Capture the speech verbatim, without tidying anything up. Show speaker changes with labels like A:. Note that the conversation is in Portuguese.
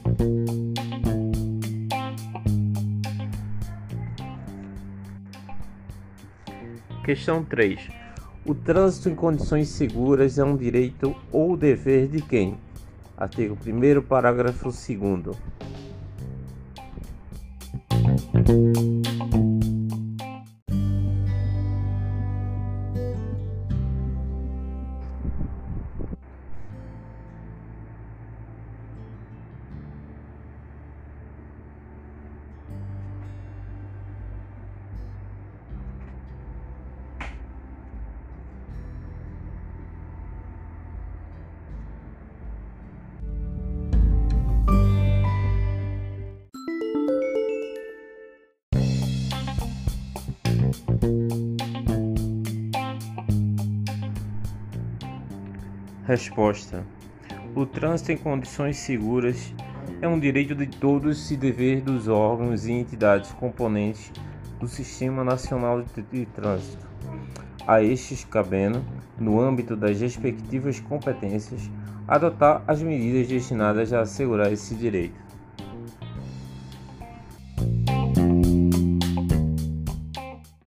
A: Questão três. O trânsito em condições seguras é um direito ou dever de quem? Artigo primeiro, parágrafo segundo. Resposta: o trânsito em condições seguras é um direito de todos e dever dos órgãos e entidades componentes do Sistema Nacional de Trânsito, a estes cabendo, no âmbito das respectivas competências, adotar as medidas destinadas a assegurar esse direito.